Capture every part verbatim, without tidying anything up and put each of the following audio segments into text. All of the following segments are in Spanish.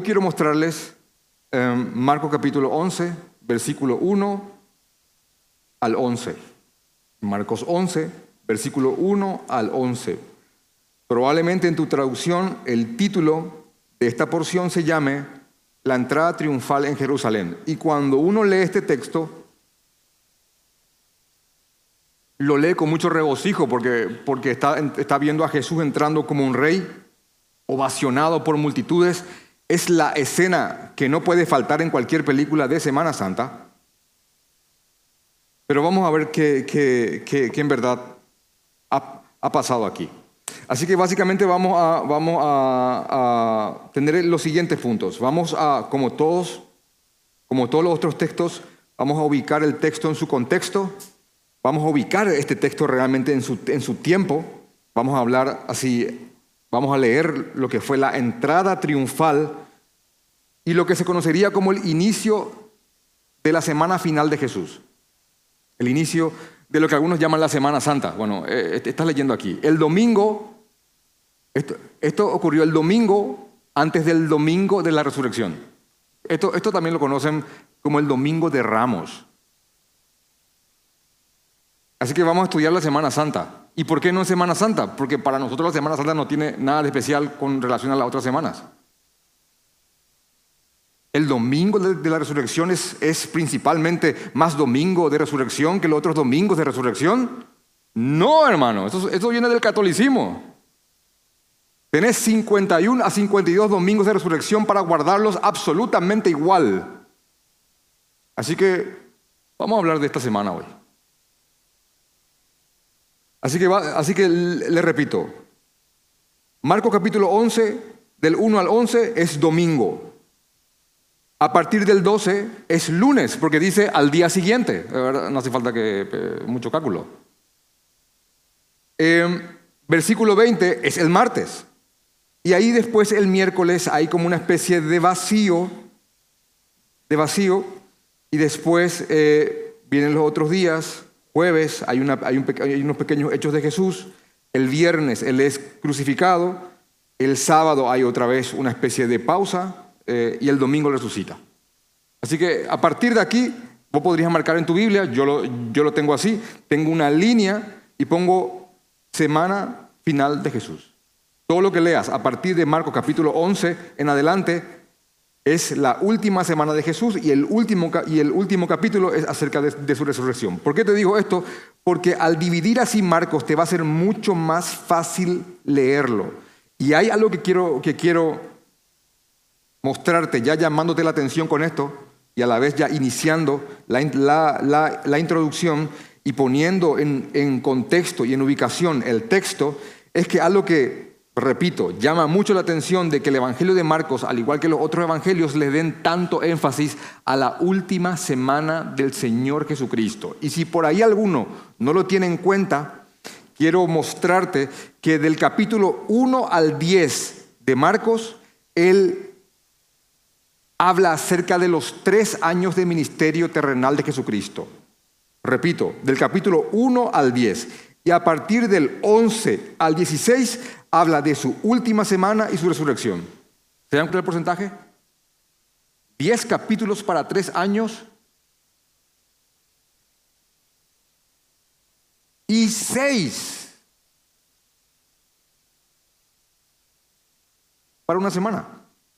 quiero mostrarles eh, Marcos capítulo once, versículo uno al once. Marcos once, versículo uno al once. Probablemente en tu traducción el título de esta porción se llame La entrada triunfal en Jerusalén. Y cuando uno lee este texto, lo lee con mucho regocijo porque, porque está, está viendo a Jesús entrando como un rey, ovacionado por multitudes. Es la escena que no puede faltar en cualquier película de Semana Santa. Pero vamos a ver qué, qué, qué, qué en verdad ha, ha pasado aquí. Así que básicamente vamos, a, vamos a, a tener los siguientes puntos. Vamos a, como todos, como todos los otros textos, vamos a ubicar el texto en su contexto. Vamos a ubicar este texto realmente en su, en su tiempo. Vamos a hablar así, vamos a leer lo que fue la entrada triunfal y lo que se conocería como el inicio de la semana final de Jesús. El inicio de lo que algunos llaman la Semana Santa. Bueno, eh, estás leyendo aquí. El domingo, esto, esto ocurrió el domingo antes del domingo de la resurrección. Esto, esto también lo conocen como el domingo de Ramos. Así que vamos a estudiar la Semana Santa. ¿Y por qué no es Semana Santa? Porque para nosotros la Semana Santa no tiene nada de especial con relación a las otras semanas. El domingo de la resurrección es, es principalmente más domingo de resurrección que los otros domingos de resurrección. No, hermano, eso, eso viene del catolicismo. Tenés cincuenta y uno a cincuenta y dos domingos de resurrección para guardarlos absolutamente igual. Así que vamos a hablar de esta semana hoy. Así que, va, así que le repito, Marcos capítulo once, del uno al once es domingo. A partir del doce es lunes, porque dice al día siguiente. No hace falta que, eh, mucho cálculo. Eh, versículo veinte es el martes. Y ahí después el miércoles hay como una especie de vacío, de vacío, y después eh, vienen los otros días. Jueves hay, una, hay, un, hay unos pequeños hechos de Jesús. El viernes Él es crucificado. El sábado hay otra vez una especie de pausa. Eh, y el domingo resucita. Así que a partir de aquí, vos podrías marcar en tu Biblia, yo lo, yo lo tengo así, tengo una línea y pongo semana final de Jesús. Todo lo que leas a partir de Marcos capítulo once en adelante es la última semana de Jesús y el último, y el último capítulo es acerca de, de su resurrección. ¿Por qué te digo esto? Porque al dividir así Marcos te va a ser mucho más fácil leerlo. Y hay algo que quiero, que quiero mostrarte, ya llamándote la atención con esto y a la vez ya iniciando la, la, la, la introducción y poniendo en, en contexto y en ubicación el texto, es que algo que, repito, llama mucho la atención de que el Evangelio de Marcos, al igual que los otros evangelios, le den tanto énfasis a la última semana del Señor Jesucristo. Y si por ahí alguno no lo tiene en cuenta, quiero mostrarte que del capítulo uno al diez de Marcos, él habla acerca de los tres años de ministerio terrenal de Jesucristo. Repito, del capítulo uno al diez. Y a partir del once al dieciséis habla de su última semana y su resurrección. ¿Se dan cuenta del porcentaje? diez capítulos para tres años y seis para una semana.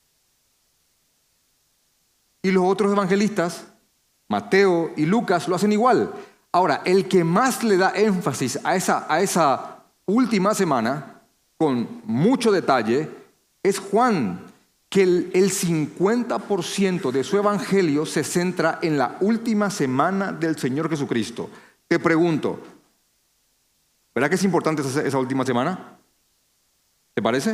Y los otros evangelistas, Mateo y Lucas, lo hacen igual. Ahora, el que más le da énfasis a esa, a esa última semana, con mucho detalle, es Juan, que el, el cincuenta por ciento de su evangelio se centra en la última semana del Señor Jesucristo. Te pregunto, ¿verdad que es importante esa, esa última semana? ¿Te parece?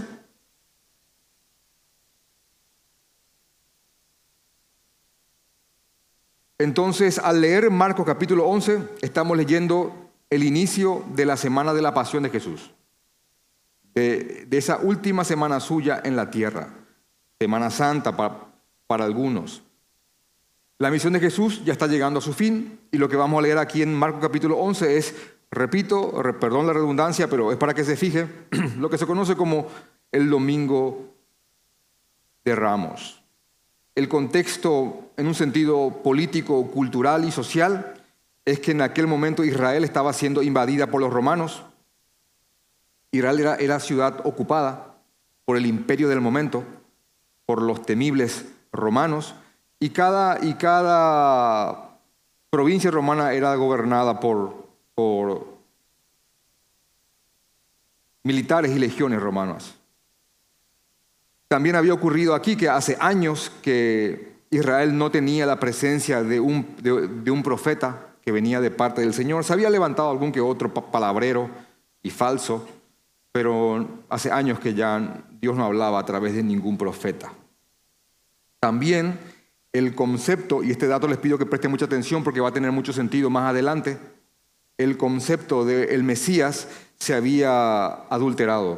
Entonces, al leer Marcos capítulo once, estamos leyendo el inicio de la semana de la pasión de Jesús, de, de esa última semana suya en la tierra, Semana Santa para, para algunos. La misión de Jesús ya está llegando a su fin y lo que vamos a leer aquí en Marcos capítulo once es, repito, perdón la redundancia, pero es para que se fije, lo que se conoce como el Domingo de Ramos. El contexto, en un sentido político, cultural y social, es que en aquel momento Israel estaba siendo invadida por los romanos. Israel era, era ciudad ocupada por el imperio del momento, por los temibles romanos, y cada, y cada provincia romana era gobernada por, por militares y legiones romanas. También había ocurrido aquí que hace años que Israel no tenía la presencia de un, de, de un profeta que venía de parte del Señor. Se había levantado algún que otro palabrero y falso, pero hace años que ya Dios no hablaba a través de ningún profeta. También el concepto, y este dato les pido que presten mucha atención porque va a tener mucho sentido más adelante, el concepto del Mesías se había adulterado.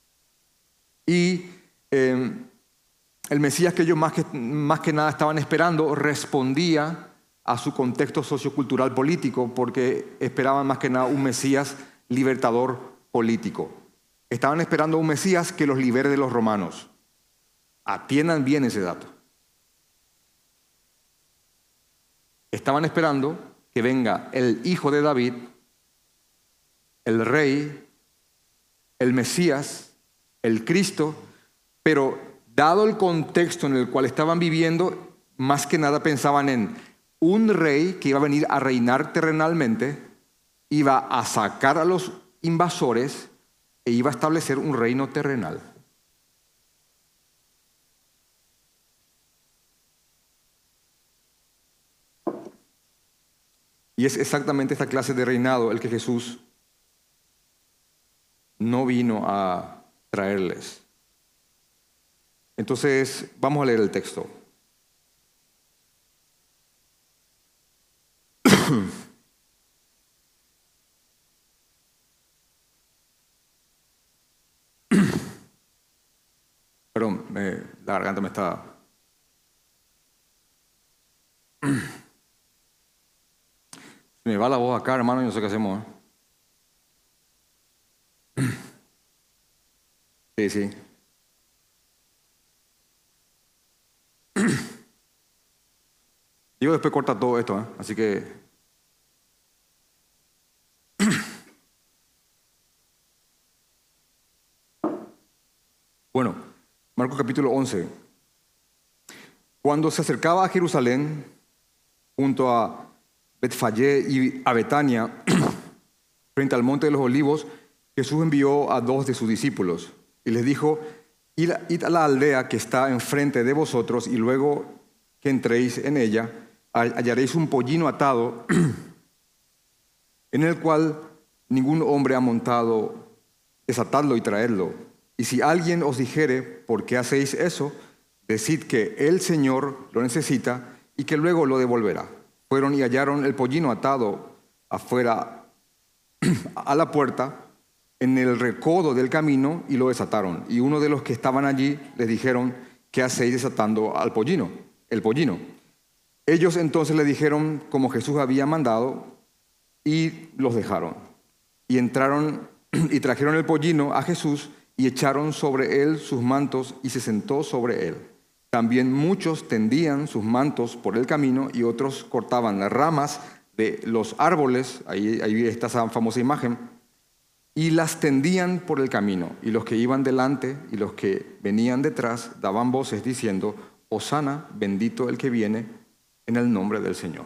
Y eh, el Mesías que ellos más que, más que nada estaban esperando respondía a su contexto sociocultural político, porque esperaban más que nada un Mesías libertador político. Estaban esperando un Mesías que los libere de los romanos. Atiendan bien ese dato. Estaban esperando que venga el hijo de David, el rey, el Mesías, el Cristo, pero dado el contexto en el cual estaban viviendo, más que nada pensaban en un rey que iba a venir a reinar terrenalmente, iba a sacar a los invasores e iba a establecer un reino terrenal. Y es exactamente esta clase de reinado el que Jesús no vino a traerles. Entonces, vamos a leer el texto. Perdón, me, la garganta me está... Se me va la voz acá, hermano, y no sé qué hacemos. ¿eh? Sí, sí. Digo, después corta todo esto, ¿eh? Así que... Bueno, Marcos capítulo once. Cuando se acercaba a Jerusalén, junto a Betfagé y a Betania, frente al monte de los olivos, Jesús envió a dos de sus discípulos y les dijo: id a la aldea que está enfrente de vosotros, y luego que entréis en ella, hallaréis un pollino atado en el cual ningún hombre ha montado. Desatadlo y traedlo. Y si alguien os dijere: ¿por qué hacéis eso?, decid que el Señor lo necesita y que luego lo devolverá. Fueron y hallaron el pollino atado afuera a la puerta, en el recodo del camino, y lo desataron. Y uno de los que estaban allí les dijeron: ¿qué hacéis desatando al pollino? El pollino. Ellos entonces le dijeron como Jesús había mandado, y los dejaron. Y entraron y trajeron el pollino a Jesús y echaron sobre él sus mantos, y se sentó sobre él. También muchos tendían sus mantos por el camino, y otros cortaban las ramas de los árboles, ahí, ahí está esa famosa imagen, y las tendían por el camino. Y los que iban delante y los que venían detrás daban voces diciendo: Hosana, bendito el que viene en el nombre del Señor.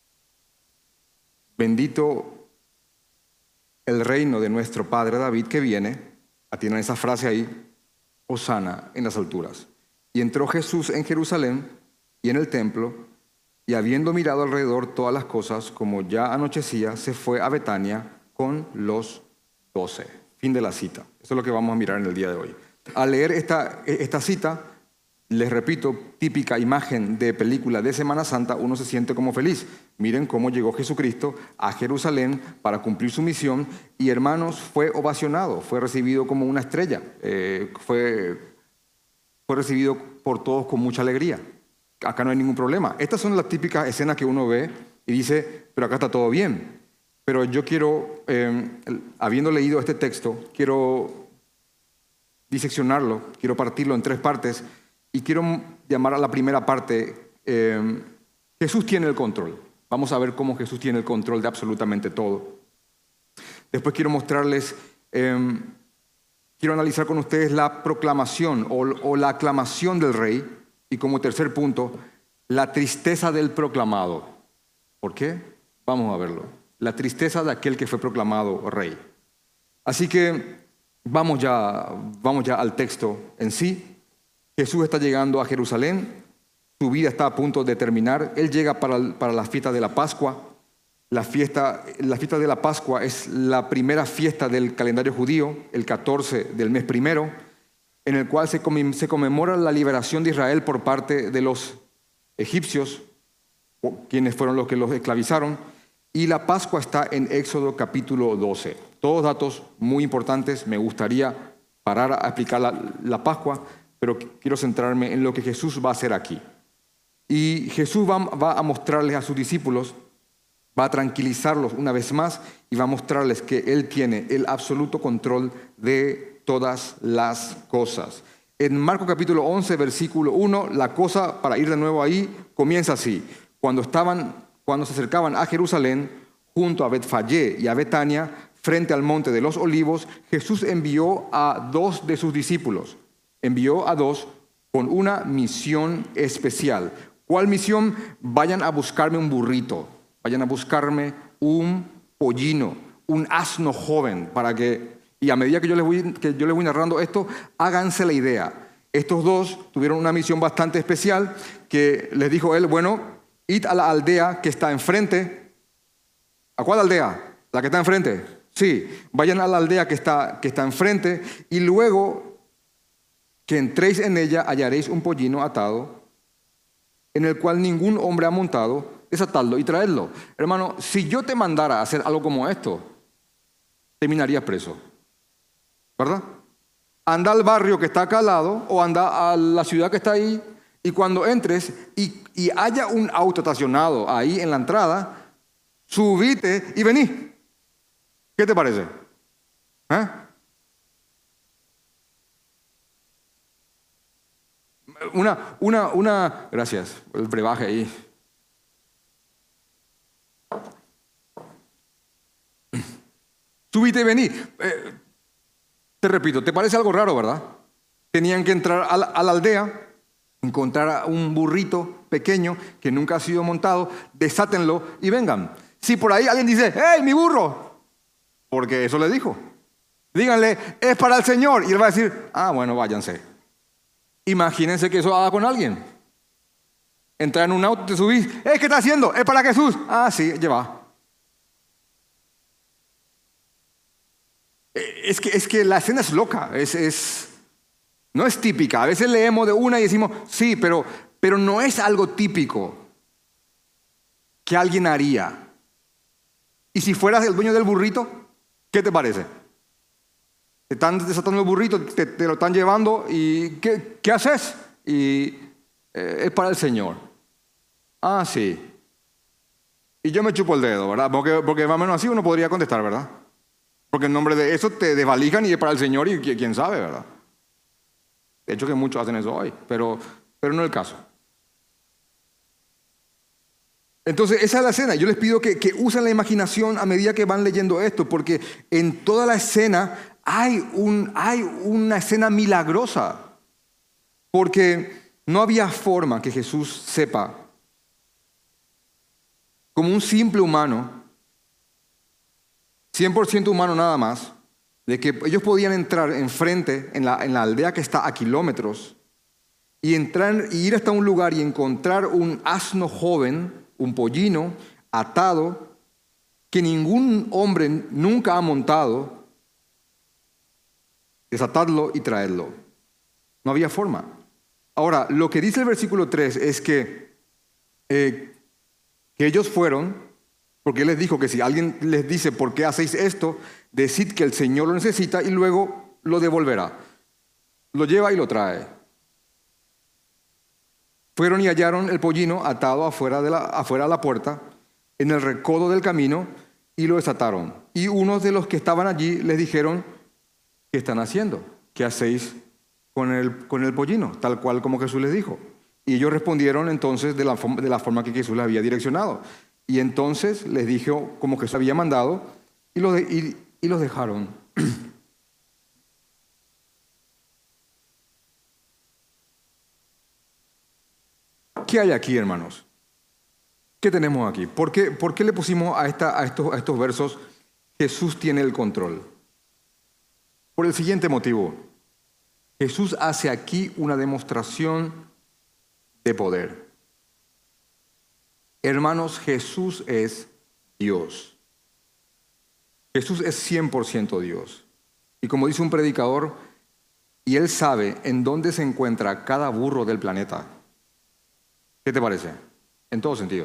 Bendito el reino de nuestro padre David que viene. Atiendan esa frase ahí: Hosana en las alturas. Y entró Jesús en Jerusalén y en el templo, y habiendo mirado alrededor todas las cosas, como ya anochecía, se fue a Betania con los doce. Fin de la cita. Eso es lo que vamos a mirar en el día de hoy. Al leer esta, esta cita, les repito, típica imagen de película de Semana Santa, uno se siente como feliz. Miren cómo llegó Jesucristo a Jerusalén para cumplir su misión, y hermanos, fue ovacionado, fue recibido como una estrella, eh, fue... fue recibido por todos con mucha alegría. Acá no hay ningún problema. Estas son las típicas escenas que uno ve y dice: pero acá está todo bien. Pero yo quiero, eh, habiendo leído este texto, quiero diseccionarlo, quiero partirlo en tres partes, y quiero llamar a la primera parte, eh, Jesús tiene el control. Vamos a ver cómo Jesús tiene el control de absolutamente todo. Después quiero mostrarles, eh, quiero analizar con ustedes la proclamación o, o la aclamación del rey. Y como tercer punto, la tristeza del proclamado. ¿Por qué? Vamos a verlo. La tristeza de aquel que fue proclamado rey. Así que vamos ya, vamos ya al texto en sí. Jesús está llegando a Jerusalén. Su vida está a punto de terminar. Él llega para, para la fiesta de la Pascua. La fiesta, la fiesta de la Pascua es la primera fiesta del calendario judío, el catorce del mes primero, en el cual se, se conmemora la liberación de Israel por parte de los egipcios, quienes fueron los que los esclavizaron. Y la Pascua está en Éxodo capítulo doce. Todos datos muy importantes. Me gustaría parar a explicar la, la Pascua, pero quiero centrarme en lo que Jesús va a hacer aquí. Y Jesús va, va a mostrarles a sus discípulos, va a tranquilizarlos una vez más y va a mostrarles que Él tiene el absoluto control de todas las cosas. En Marcos capítulo once, versículo uno, la cosa, para ir de nuevo ahí, comienza así. Cuando, estaban, cuando se acercaban a Jerusalén, junto a Betfagé y a Betania, frente al monte de los olivos, Jesús envió a dos de sus discípulos. Envió a dos con una misión especial. ¿Cuál misión? Vayan a buscarme un burrito, vayan a buscarme un pollino, un asno joven, para que, y a medida que yo les voy, que yo les voy narrando esto, háganse la idea. Estos dos tuvieron una misión bastante especial que les dijo él, bueno, id a la aldea que está enfrente. ¿A cuál aldea? ¿La que está enfrente? Sí, vayan a la aldea que está, que está enfrente y luego que entréis en ella hallaréis un pollino atado en el cual ningún hombre ha montado, desatadlo y traedlo. Hermano, si yo te mandara a hacer algo como esto, terminarías preso, ¿verdad? Anda al barrio que está acá al lado o anda a la ciudad que está ahí y cuando entres y, y haya un auto estacionado ahí en la entrada, subite y vení. ¿Qué te parece? ¿Eh? Una, una, una, gracias, el brebaje ahí. Subite y vení. Eh, te repito, ¿te parece algo raro, verdad? Tenían que entrar a la, a la aldea, encontrar a un burrito pequeño que nunca ha sido montado, desátenlo y vengan. Si por ahí alguien dice, ¡hey, mi burro! Porque eso le dijo. Díganle, es para el Señor. Y él va a decir, ah, bueno, váyanse. Imagínense que eso haga con alguien. Entrar en un auto, te subís. ¿Eh, qué está haciendo? Es para Jesús. Ah, sí, lleva. Es que, es que la escena es loca. Es, es, no es típica. A veces leemos de una y decimos, sí, pero, pero no es algo típico que alguien haría. Y si fueras el dueño del burrito, ¿qué te parece? Te están desatando el burrito, te, te lo están llevando y ¿qué, qué haces? Y eh, es para el Señor. Ah, sí. Y yo me chupo el dedo, ¿verdad? Porque, porque más o menos así uno podría contestar, ¿verdad? Porque en nombre de eso te desvalijan y es para el Señor y quién sabe, ¿verdad? De hecho que muchos hacen eso hoy, pero, pero no es el caso. Entonces, esa es la escena. Yo les pido que, que usen la imaginación a medida que van leyendo esto, porque en toda la escena hay, un, hay una escena milagrosa. Porque no había forma que Jesús sepa, como un simple humano, cien por ciento humano nada más, de que ellos podían entrar enfrente, en la, en la aldea que está a kilómetros, y entrar y ir hasta un lugar y encontrar un asno joven, un pollino atado, que ningún hombre nunca ha montado, desatadlo y traedlo. No había forma. Ahora, lo que dice el versículo tres es que, eh, que ellos fueron, porque Él les dijo que si alguien les dice ¿por qué hacéis esto? Decid que el Señor lo necesita y luego lo devolverá. Lo lleva y lo trae. Fueron y hallaron el pollino atado afuera de la, afuera de la puerta, en el recodo del camino, y lo desataron. Y unos de los que estaban allí les dijeron, ¿qué están haciendo? ¿Qué hacéis con el, con el pollino? Tal cual como Jesús les dijo. Y ellos respondieron entonces de la, de la forma que Jesús les había direccionado. Y entonces les dijo como Jesús había mandado y los, de, y, y los dejaron. ¿Qué hay aquí, hermanos? ¿Qué tenemos aquí? ¿Por qué, por qué le pusimos a, esta, a, estos, a estos versos Jesús tiene el control? Por el siguiente motivo. Jesús hace aquí una demostración de poder. Hermanos, Jesús es Dios. Jesús es cien por ciento Dios. Y como dice un predicador, y Él sabe en dónde se encuentra cada burro del planeta. ¿Qué te parece? En todo sentido.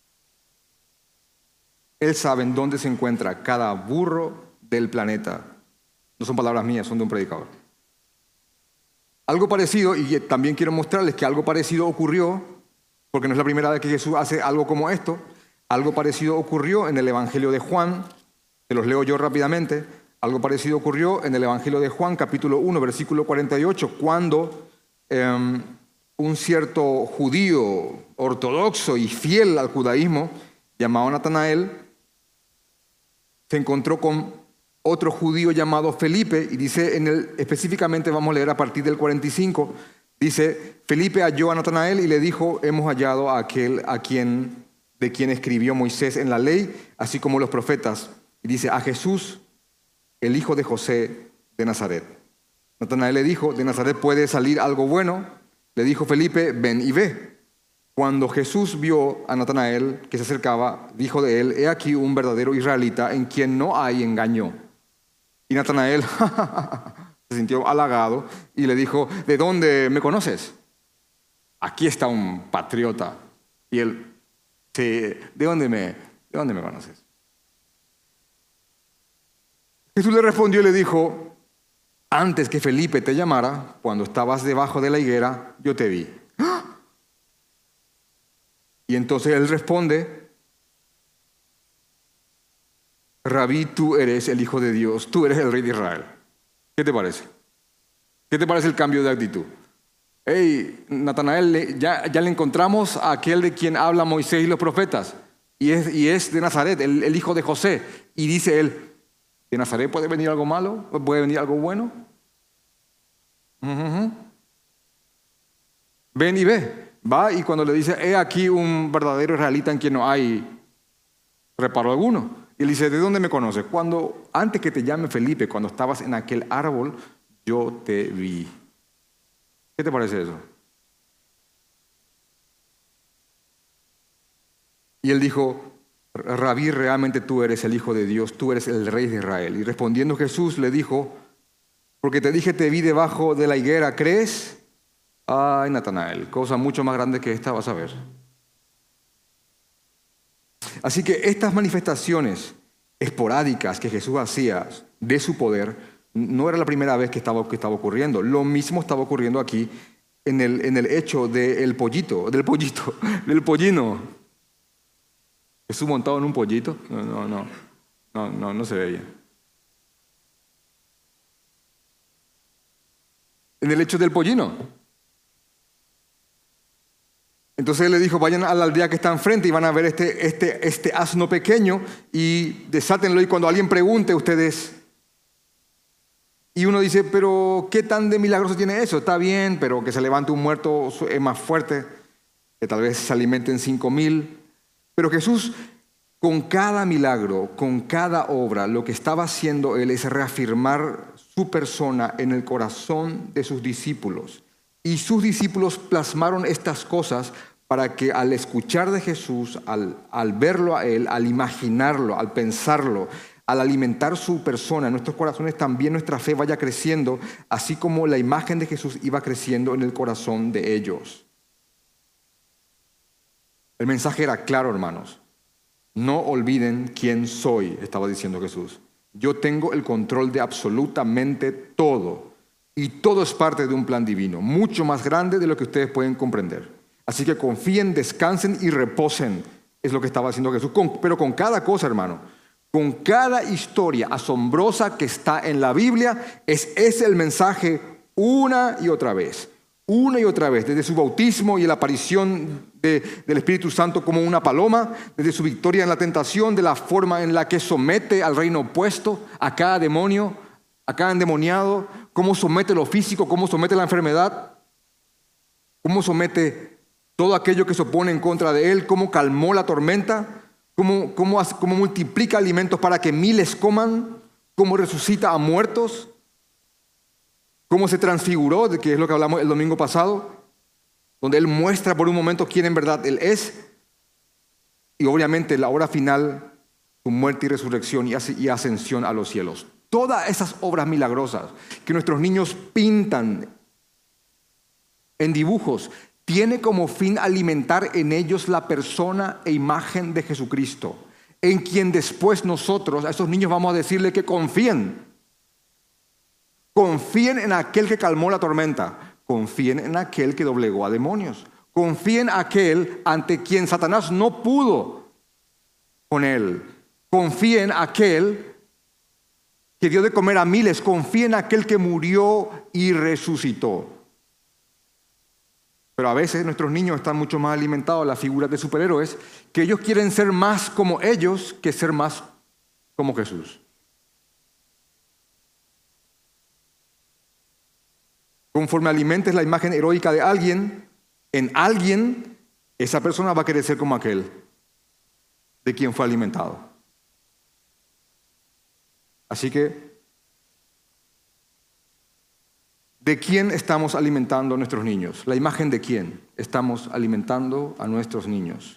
Él sabe en dónde se encuentra cada burro del planeta. No son palabras mías, son de un predicador. Algo parecido, y también quiero mostrarles que algo parecido ocurrió, porque no es la primera vez que Jesús hace algo como esto. Algo parecido ocurrió en el Evangelio de Juan. Se los leo yo rápidamente. Algo parecido ocurrió en el Evangelio de Juan, capítulo uno, versículo cuarenta y ocho, cuando eh, un cierto judío ortodoxo y fiel al judaísmo, llamado Natanael, se encontró con otro judío llamado Felipe, y dice, en el, específicamente vamos a leer a partir del cuarenta y cinco, dice, Felipe halló a Natanael y le dijo, hemos hallado a aquel a quien, de quien escribió Moisés en la ley, así como los profetas. Y dice, a Jesús, el hijo de José de Nazaret. Natanael le dijo, de Nazaret puede salir algo bueno. Le dijo Felipe, ven y ve. Cuando Jesús vio a Natanael que se acercaba, dijo de él, he aquí un verdadero israelita en quien no hay engaño. Y Natanael se sintió halagado y le dijo, ¿de dónde me conoces? Aquí está un patriota. Y él, sí, ¿de dónde me, de dónde me conoces? Jesús le respondió y le dijo, antes que Felipe te llamara, cuando estabas debajo de la higuera, yo te vi. ¡Ah! Y entonces él responde, Rabí, tú eres el Hijo de Dios, tú eres el Rey de Israel. ¿Qué te parece? ¿Qué te parece el cambio de actitud? Hey, Natanael, ya, ya le encontramos a aquel de quien habla Moisés y los profetas, y es, y es de Nazaret, el, el hijo de José. Y dice él, ¿de Nazaret puede venir algo malo? ¿Puede venir algo bueno? Uh-huh. Ven y ve. Va y cuando le dice, he aquí un verdadero israelita en quien no hay reparo alguno. Y él dice, ¿de dónde me conoces? Cuando, antes que te llame Felipe, cuando estabas en aquel árbol, yo te vi. ¿Qué te parece eso? Y él dijo, Rabí, realmente tú eres el Hijo de Dios, tú eres el Rey de Israel. Y respondiendo Jesús le dijo, porque te dije, te vi debajo de la higuera, ¿crees? Ay, Natanael, cosa mucho más grande que esta vas a ver. Así que estas manifestaciones esporádicas que Jesús hacía de su poder, no era la primera vez que estaba, que estaba ocurriendo. Lo mismo estaba ocurriendo aquí en el, en el hecho del pollito, del pollito, del pollino. Jesús montado en un pollito, no, no, no, no, no, no se veía. En el hecho del pollino. Entonces él le dijo, vayan a la aldea que está enfrente y van a ver este, este, este asno pequeño y desátenlo, y cuando alguien pregunte, ustedes... Y uno dice, pero ¿qué tan de milagroso tiene eso? Está bien, pero que se levante un muerto es más fuerte, que tal vez se alimenten cinco mil. Pero Jesús, con cada milagro, con cada obra, lo que estaba haciendo él es reafirmar su persona en el corazón de sus discípulos. Y sus discípulos plasmaron estas cosas para que al escuchar de Jesús, al, al verlo a él, al imaginarlo, al pensarlo, al alimentar su persona en nuestros corazones, también nuestra fe vaya creciendo, así como la imagen de Jesús iba creciendo en el corazón de ellos. El mensaje era claro, hermanos. No olviden quién soy, estaba diciendo Jesús. Yo tengo el control de absolutamente todo. Y todo es parte de un plan divino, mucho más grande de lo que ustedes pueden comprender. Así que confíen, descansen y reposen. Es lo que estaba haciendo Jesús. Con, pero con cada cosa, hermano, con cada historia asombrosa que está en la Biblia, es ese el mensaje una y otra vez. una y otra vez, desde su bautismo y la aparición de, del Espíritu Santo como una paloma, desde su victoria en la tentación, de la forma en la que somete al reino opuesto, a cada demonio, a cada endemoniado, cómo somete lo físico, cómo somete la enfermedad, cómo somete todo aquello que se opone en contra de él, cómo calmó la tormenta, cómo, cómo, cómo multiplica alimentos para que miles coman, cómo resucita a muertos, cómo se transfiguró, de que es lo que hablamos el domingo pasado, donde Él muestra por un momento quién en verdad Él es, y obviamente la hora final, su muerte y resurrección y ascensión a los cielos. Todas esas obras milagrosas que nuestros niños pintan en dibujos, tiene como fin alimentar en ellos la persona e imagen de Jesucristo, en quien después nosotros, a esos niños vamos a decirle que confíen. Confíen en aquel que calmó la tormenta. Confíen en aquel que doblegó a demonios. Confíen en aquel ante quien Satanás no pudo con él. Confíen en aquel que dio de comer a miles. Confíen en aquel que murió y resucitó. Pero a veces nuestros niños están mucho más alimentados a las figuras de superhéroes, que ellos quieren ser más como ellos que ser más como Jesús. Conforme alimentes la imagen heroica de alguien, en alguien, esa persona va a querer ser como aquel de quien fue alimentado. Así que, ¿de quién estamos alimentando a nuestros niños? ¿La imagen de quién estamos alimentando a nuestros niños?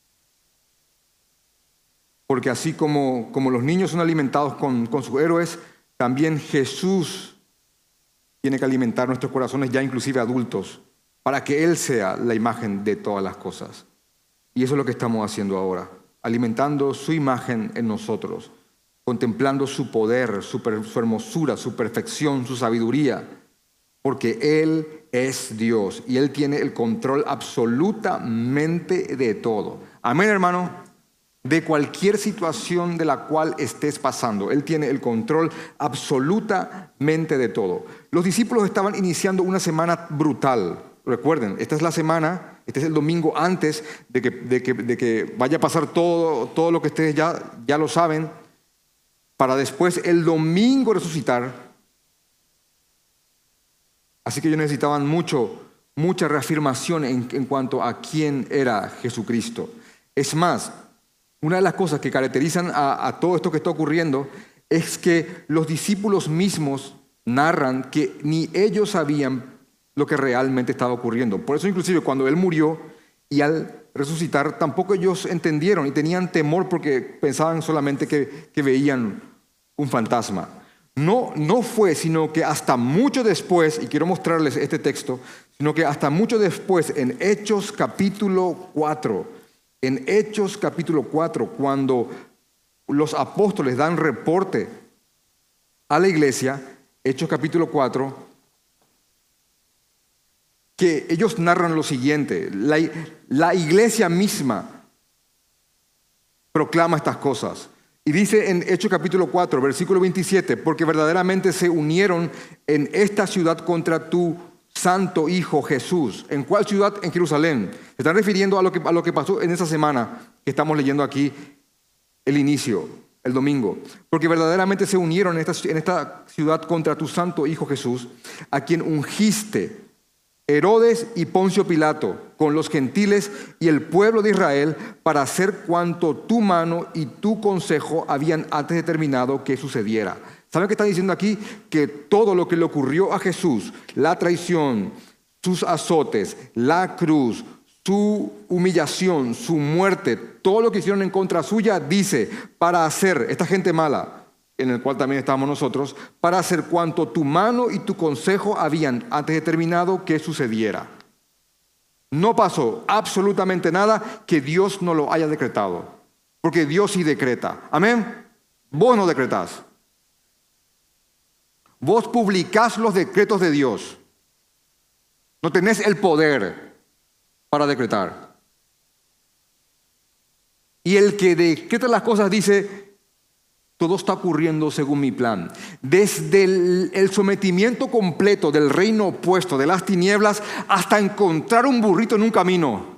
Porque así como, como los niños son alimentados con, con sus héroes, también Jesús tiene que alimentar nuestros corazones, ya inclusive adultos, para que Él sea la imagen de todas las cosas. Y eso es lo que estamos haciendo ahora, alimentando su imagen en nosotros, contemplando su poder, su, su hermosura, su perfección, su sabiduría, porque Él es Dios y Él tiene el control absolutamente de todo. Amén, hermano. De cualquier situación de la cual estés pasando, Él tiene el control absolutamente de todo. Los discípulos estaban iniciando una semana brutal. Recuerden, esta es la semana, este es el domingo antes de que, de que, de que vaya a pasar todo, todo lo que ustedes ya, ya lo saben, para después el domingo resucitar. Así que ellos necesitaban mucho, mucha reafirmación en, en cuanto a quién era Jesucristo. Es más, una de las cosas que caracterizan a, a todo esto que está ocurriendo es que los discípulos mismos narran que ni ellos sabían lo que realmente estaba ocurriendo. Por eso inclusive cuando Él murió y al resucitar, tampoco ellos entendieron y tenían temor porque pensaban solamente que, que veían un fantasma. No, no fue sino que hasta mucho después, y quiero mostrarles este texto, sino que hasta mucho después en Hechos capítulo cuatro, en Hechos capítulo cuatro, cuando los apóstoles dan reporte a la iglesia, Hechos capítulo cuatro, que ellos narran lo siguiente: la, la iglesia misma proclama estas cosas. Y dice en Hechos capítulo cuatro, versículo veintisiete, porque verdaderamente se unieron en esta ciudad contra tu Santo Hijo Jesús. ¿En cuál ciudad? En Jerusalén. Se están refiriendo a lo, que, a lo que pasó en esa semana que estamos leyendo aquí, el inicio, el domingo. Porque verdaderamente se unieron en esta, en esta ciudad contra tu Santo Hijo Jesús, a quien ungiste Herodes y Poncio Pilato con los gentiles y el pueblo de Israel para hacer cuanto tu mano y tu consejo habían antes determinado que sucediera. ¿Saben qué está diciendo aquí? Que todo lo que le ocurrió a Jesús, la traición, sus azotes, la cruz, su humillación, su muerte, todo lo que hicieron en contra suya, dice, para hacer, esta gente mala, en el cual también estábamos nosotros, para hacer cuanto tu mano y tu consejo habían antes determinado que sucediera. No pasó absolutamente nada que Dios no lo haya decretado, porque Dios sí decreta. Amén. Vos no decretás. Vos publicás los decretos de Dios. No tenés el poder para decretar. Y el que decreta las cosas dice, todo está ocurriendo según mi plan. Desde el, el sometimiento completo del reino opuesto, de las tinieblas, hasta encontrar un burrito en un camino.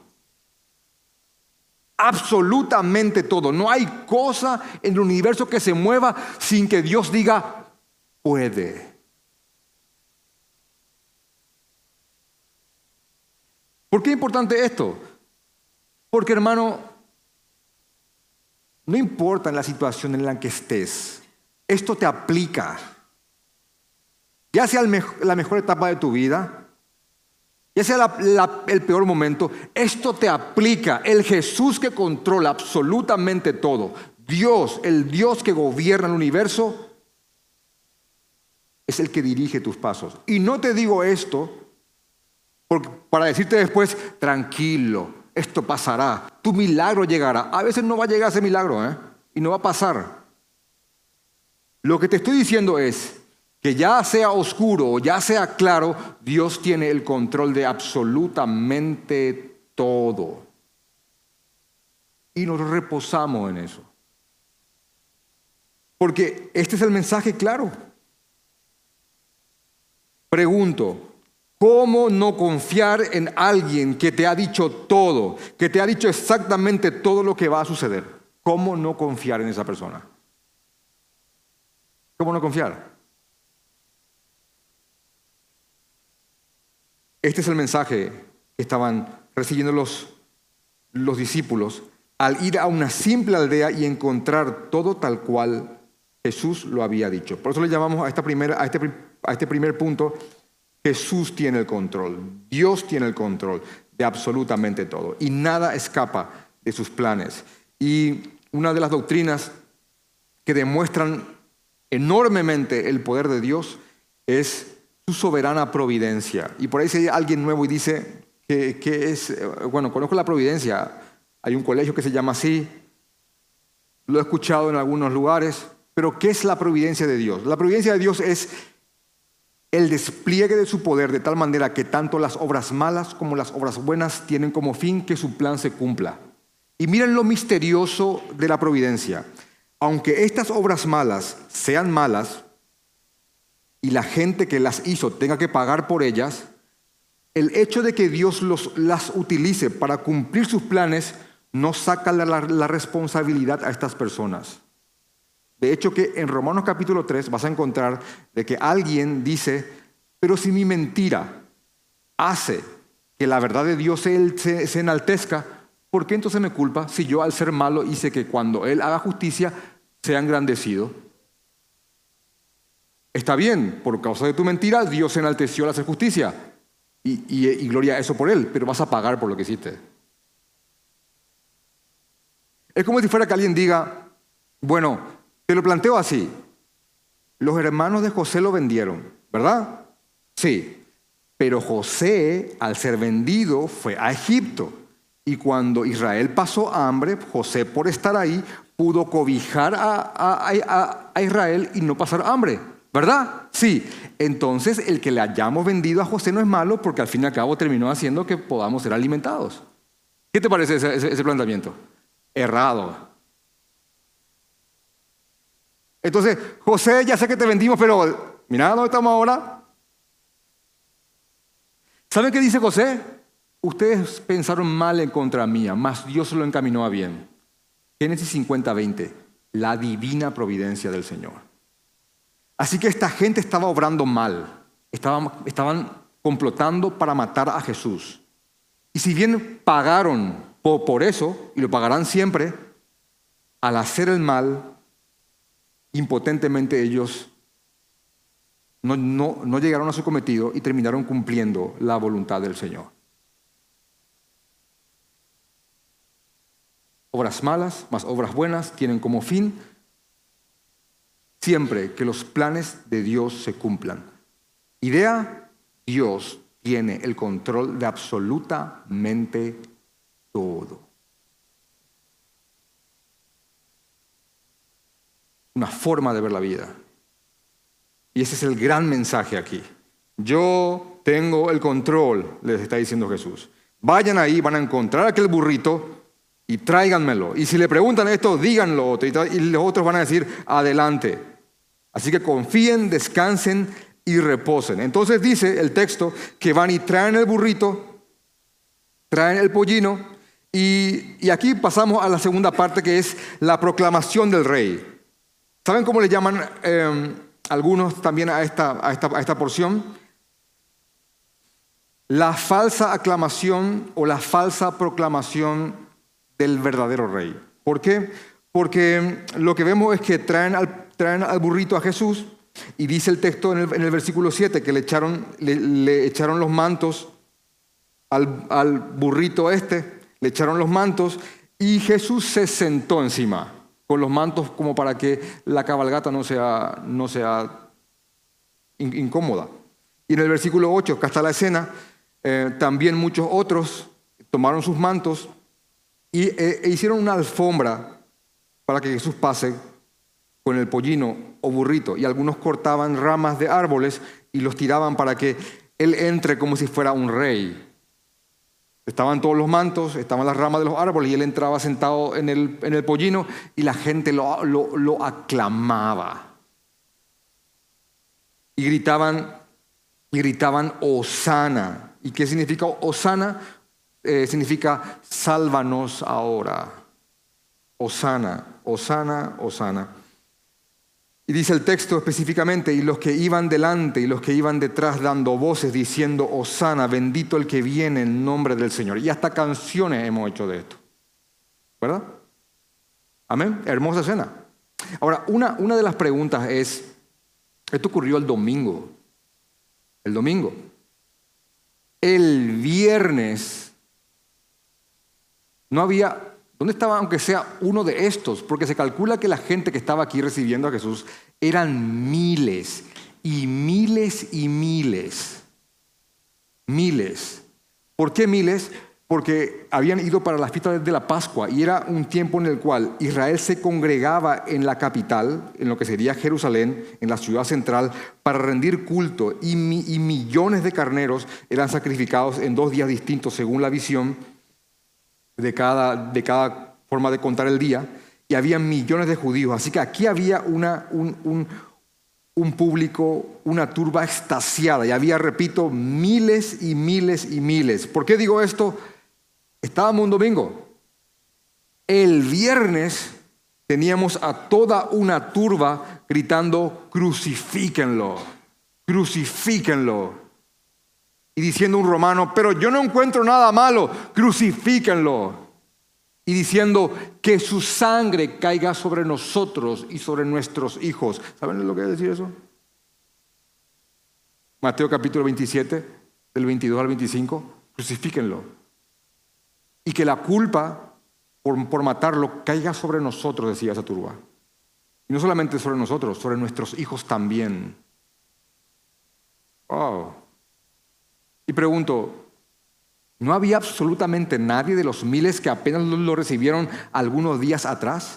Absolutamente todo. No hay cosa en el universo que se mueva sin que Dios diga, puede. ¿Por qué es importante esto? Porque, hermano, no importa en la situación en la que estés, esto te aplica. Ya sea el mejor, la mejor etapa de tu vida, ya sea la, la, el peor momento, esto te aplica. El Jesús que controla absolutamente todo, Dios, el Dios que gobierna el universo, es el que dirige tus pasos. Y no te digo esto porque, para decirte después, tranquilo, esto pasará, tu milagro llegará. A veces no va a llegar ese milagro, ¿eh? Y no va a pasar. Lo que te estoy diciendo es que ya sea oscuro o ya sea claro, Dios tiene el control de absolutamente todo. Y nos reposamos en eso. Porque este es el mensaje claro. Pregunto, ¿cómo no confiar en alguien que te ha dicho todo, que te ha dicho exactamente todo lo que va a suceder? ¿Cómo no confiar en esa persona? ¿Cómo no confiar? Este es el mensaje que estaban recibiendo los, los discípulos al ir a una simple aldea y encontrar todo tal cual Jesús lo había dicho. Por eso le llamamos a, esta primera, a, este, a este primer punto, Jesús tiene el control, Dios tiene el control de absolutamente todo y nada escapa de sus planes. Y una de las doctrinas que demuestran enormemente el poder de Dios es su soberana providencia. Y por ahí si hay alguien nuevo y dice que, que es, bueno, conozco la providencia, hay un colegio que se llama así, lo he escuchado en algunos lugares, pero ¿qué es la providencia de Dios? La providencia de Dios es el despliegue de su poder de tal manera que tanto las obras malas como las obras buenas tienen como fin que su plan se cumpla. Y miren lo misterioso de la providencia. Aunque estas obras malas sean malas y la gente que las hizo tenga que pagar por ellas, el hecho de que Dios los, las utilice para cumplir sus planes no saca la, la, la responsabilidad a estas personas. De hecho que en Romanos capítulo tres vas a encontrar de que alguien dice, pero si mi mentira hace que la verdad de Dios se, se, se enaltezca, ¿por qué entonces me culpa si yo al ser malo hice que cuando Él haga justicia sea engrandecido? Está bien, por causa de tu mentira Dios se enalteció al hacer justicia y, y, y gloria a eso por Él, pero vas a pagar por lo que hiciste. Es como si fuera que alguien diga, bueno, te lo planteo así. Los hermanos de José lo vendieron, ¿verdad? Sí. Pero José, al ser vendido, fue a Egipto. Y cuando Israel pasó hambre, José, por estar ahí, pudo cobijar a, a, a, a Israel y no pasar hambre, ¿verdad? Sí. Entonces, el que le hayamos vendido a José no es malo porque al fin y al cabo terminó haciendo que podamos ser alimentados. ¿Qué te parece ese, ese, ese planteamiento? Errado. Entonces, José, ya sé que te vendimos, pero mira dónde estamos ahora. ¿Saben qué dice José? Ustedes pensaron mal en contra mía, mas Dios lo encaminó a bien. Génesis cincuenta, veinte, la divina providencia del Señor. Así que esta gente estaba obrando mal, estaban, estaban complotando para matar a Jesús. Y si bien pagaron por, por eso, y lo pagarán siempre, al hacer el mal, impotentemente ellos no, no, no llegaron a su cometido y terminaron cumpliendo la voluntad del Señor. Obras malas más obras buenas tienen como fin siempre que los planes de Dios se cumplan. Idea, Dios tiene el control de absolutamente todo. Una forma de ver la vida. Y ese es el gran mensaje aquí. Yo tengo el control, les está diciendo Jesús. Vayan ahí, van a encontrar aquel burrito y tráiganmelo. Y si le preguntan esto, díganlo otro. Y los otros van a decir, adelante. Así que confíen, descansen y reposen. Entonces dice el texto que van y traen el burrito, traen el pollino, y, y aquí pasamos a la segunda parte, que es la proclamación del rey. ¿Saben cómo le llaman eh, algunos también a esta, a, esta, a esta porción? La falsa aclamación o la falsa proclamación del verdadero rey. ¿Por qué? Porque lo que vemos es que traen al, traen al burrito a Jesús, y dice el texto en el, en el versículo siete que le echaron, le, le echaron los mantos al, al burrito este, le echaron los mantos y Jesús se sentó encima con los mantos como para que la cabalgata no sea, no sea in, incómoda. Y en el versículo ocho, acá está la escena, eh, también muchos otros tomaron sus mantos y eh, e hicieron una alfombra para que Jesús pase con el pollino o burrito, y algunos cortaban ramas de árboles y los tiraban para que él entre como si fuera un rey. Estaban todos los mantos, estaban las ramas de los árboles, y él entraba sentado en el, en el pollino, y la gente lo, lo, lo aclamaba. Y gritaban, y gritaban, Hosana. ¿Y qué significa Hosana? Eh, significa, sálvanos ahora. Hosana, Hosana, Hosana. Y dice el texto específicamente, y los que iban delante y los que iban detrás dando voces diciendo, Hosana, bendito el que viene en nombre del Señor. Y hasta canciones hemos hecho de esto. ¿Verdad? Amén. Hermosa escena. Ahora, una, una de las preguntas es, esto ocurrió el domingo. El domingo. El viernes no había... ¿Dónde estaba, aunque sea uno de estos? Porque se calcula que la gente que estaba aquí recibiendo a Jesús eran miles y miles y miles. Miles. ¿Por qué miles? Porque habían ido para la fiesta de la Pascua, y era un tiempo en el cual Israel se congregaba en la capital, en lo que sería Jerusalén, en la ciudad central, para rendir culto, y, mi, y millones de carneros eran sacrificados en dos días distintos según la visión de cada, de cada forma de contar el día, y había millones de judíos. Así que aquí había una, un, un, un público, una turba extasiada, y había, repito, miles y miles y miles. ¿Por qué digo esto? Estábamos un domingo. El viernes teníamos a toda una turba gritando, crucifíquenlo, crucifíquenlo. Y diciendo un romano, pero yo no encuentro nada malo, crucifíquenlo. Y diciendo que su sangre caiga sobre nosotros y sobre nuestros hijos. ¿Saben lo que quiere decir eso? Mateo capítulo veintisiete, del veintidós al veinticinco, crucifíquenlo. Y que la culpa por, por matarlo caiga sobre nosotros, decía esa turba. Y no solamente sobre nosotros, sobre nuestros hijos también. Oh. Y pregunto, ¿no había absolutamente nadie de los miles que apenas lo recibieron algunos días atrás?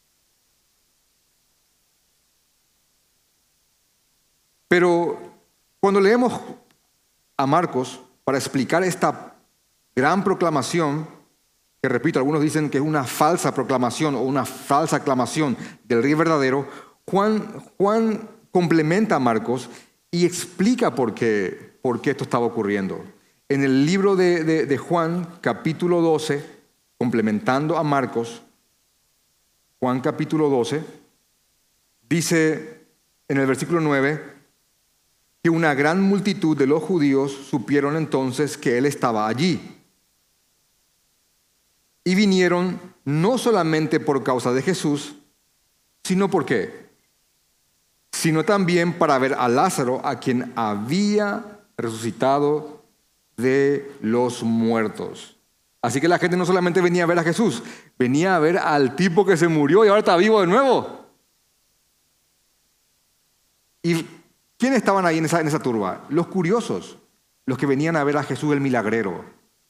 Pero cuando leemos a Marcos para explicar esta gran proclamación, que repito, algunos dicen que es una falsa proclamación o una falsa aclamación del rey verdadero, Juan, Juan complementa a Marcos y explica por qué. ¿Por qué esto estaba ocurriendo? En el libro de, de, de Juan, capítulo doce, complementando a Marcos, Juan capítulo doce, dice en el versículo nueve, que una gran multitud de los judíos supieron entonces que él estaba allí. Y vinieron no solamente por causa de Jesús, sino ¿por qué? Sino también para ver a Lázaro, a quien había resucitado de los muertos. Así que la gente no solamente venía a ver a Jesús, venía a ver al tipo que se murió y ahora está vivo de nuevo. ¿Y quiénes estaban ahí en esa, en esa turba? Los curiosos, los que venían a ver a Jesús el milagrero.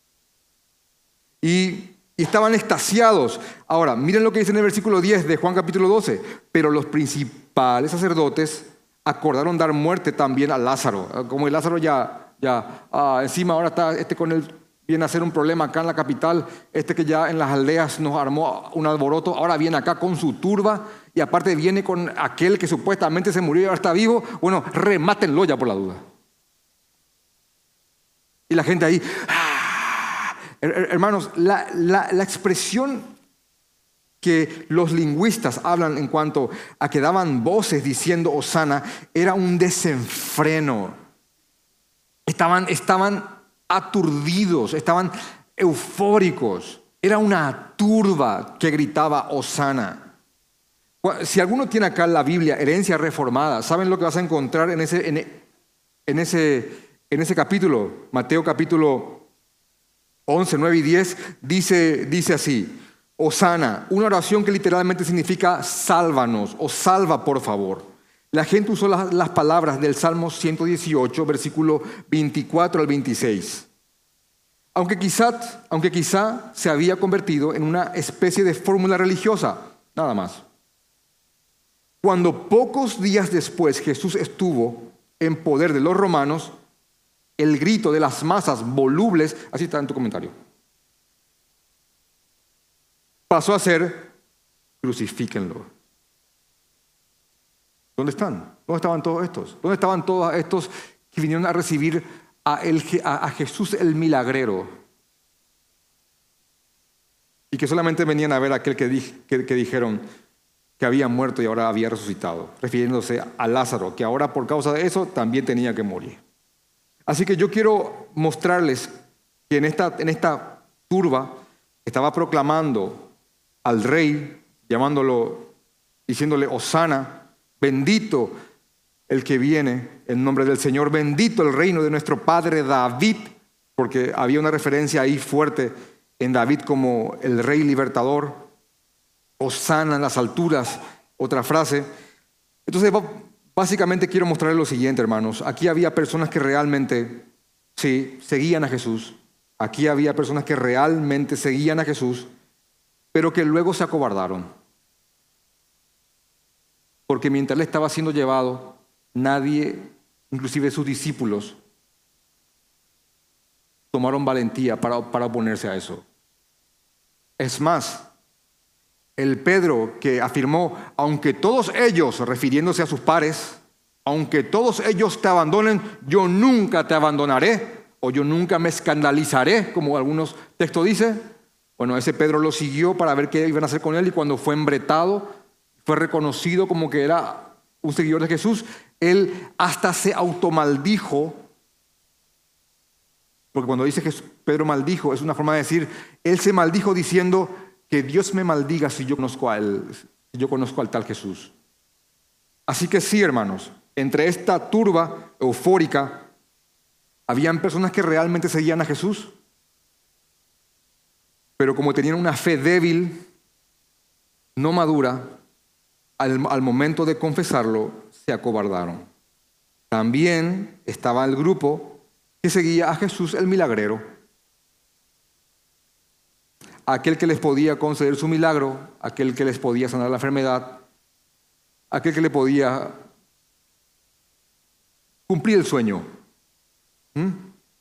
Y, y estaban extasiados. Ahora, miren lo que dice en el versículo diez de Juan capítulo doce. Pero los principales sacerdotes acordaron dar muerte también a Lázaro. Como el Lázaro ya, ya ah, encima ahora está este con el viene a ser un problema acá en la capital, este que ya en las aldeas nos armó un alboroto, ahora viene acá con su turba y aparte viene con aquel que supuestamente se murió y ahora está vivo. Bueno, remátenlo ya por la duda. Y la gente ahí, ¡ah! Hermanos, la, la, la expresión que los lingüistas hablan en cuanto a que daban voces diciendo Hosana era un desenfreno. Estaban, estaban aturdidos, estaban eufóricos. Era una turba que gritaba Hosana. Si alguno tiene acá la Biblia, herencia reformada, ¿saben lo que vas a encontrar en ese, en, en ese, en ese capítulo? Mateo capítulo once, nueve y diez dice, dice así: Hosana, una oración que literalmente significa sálvanos o salva por favor. La gente usó las, las palabras del Salmo ciento dieciocho, versículo veinticuatro al veintiséis. Aunque quizá, aunque quizá se había convertido en una especie de fórmula religiosa, nada más. Cuando pocos días después Jesús estuvo en poder de los romanos, el grito de las masas volubles, así está en tu comentario, pasó a ser: crucifíquenlo. ¿Dónde están? ¿Dónde estaban todos estos? ¿Dónde estaban todos estos que vinieron a recibir a, el, a, a Jesús el milagrero? Y que solamente venían a ver a aquel que, di, que, que dijeron que había muerto y ahora había resucitado, refiriéndose a Lázaro, que ahora por causa de eso también tenía que morir. Así que yo quiero mostrarles que en esta, en esta turba estaba proclamando al rey, llamándolo, diciéndole Hosana, bendito el que viene en nombre del Señor, bendito el reino de nuestro padre David, porque había una referencia ahí fuerte en David como el rey libertador. Hosana en las alturas, otra frase. Entonces, básicamente quiero mostrarles lo siguiente, hermanos. Aquí había personas que realmente, sí, seguían a Jesús. Aquí había personas que realmente seguían a Jesús, pero que luego se acobardaron. Porque mientras él estaba siendo llevado, nadie, inclusive sus discípulos, tomaron valentía para, para oponerse a eso. Es más, el Pedro que afirmó, aunque todos ellos, refiriéndose a sus pares, aunque todos ellos te abandonen, yo nunca te abandonaré, o yo nunca me escandalizaré, como algunos textos dicen. Bueno, ese Pedro lo siguió para ver qué iban a hacer con él, y cuando fue embretado, fue reconocido como que era un seguidor de Jesús, él hasta se automaldijo, porque cuando dice que Pedro maldijo, es una forma de decir, él se maldijo diciendo que Dios me maldiga si yo conozco a él, si yo conozco al tal Jesús. Así que sí, hermanos, entre esta turba eufórica, habían personas que realmente seguían a Jesús, pero como tenían una fe débil, no madura, Al, al momento de confesarlo, se acobardaron. También estaba el grupo que seguía a Jesús el milagrero. Aquel que les podía conceder su milagro, aquel que les podía sanar la enfermedad, aquel que le podía cumplir el sueño. ¿Mm?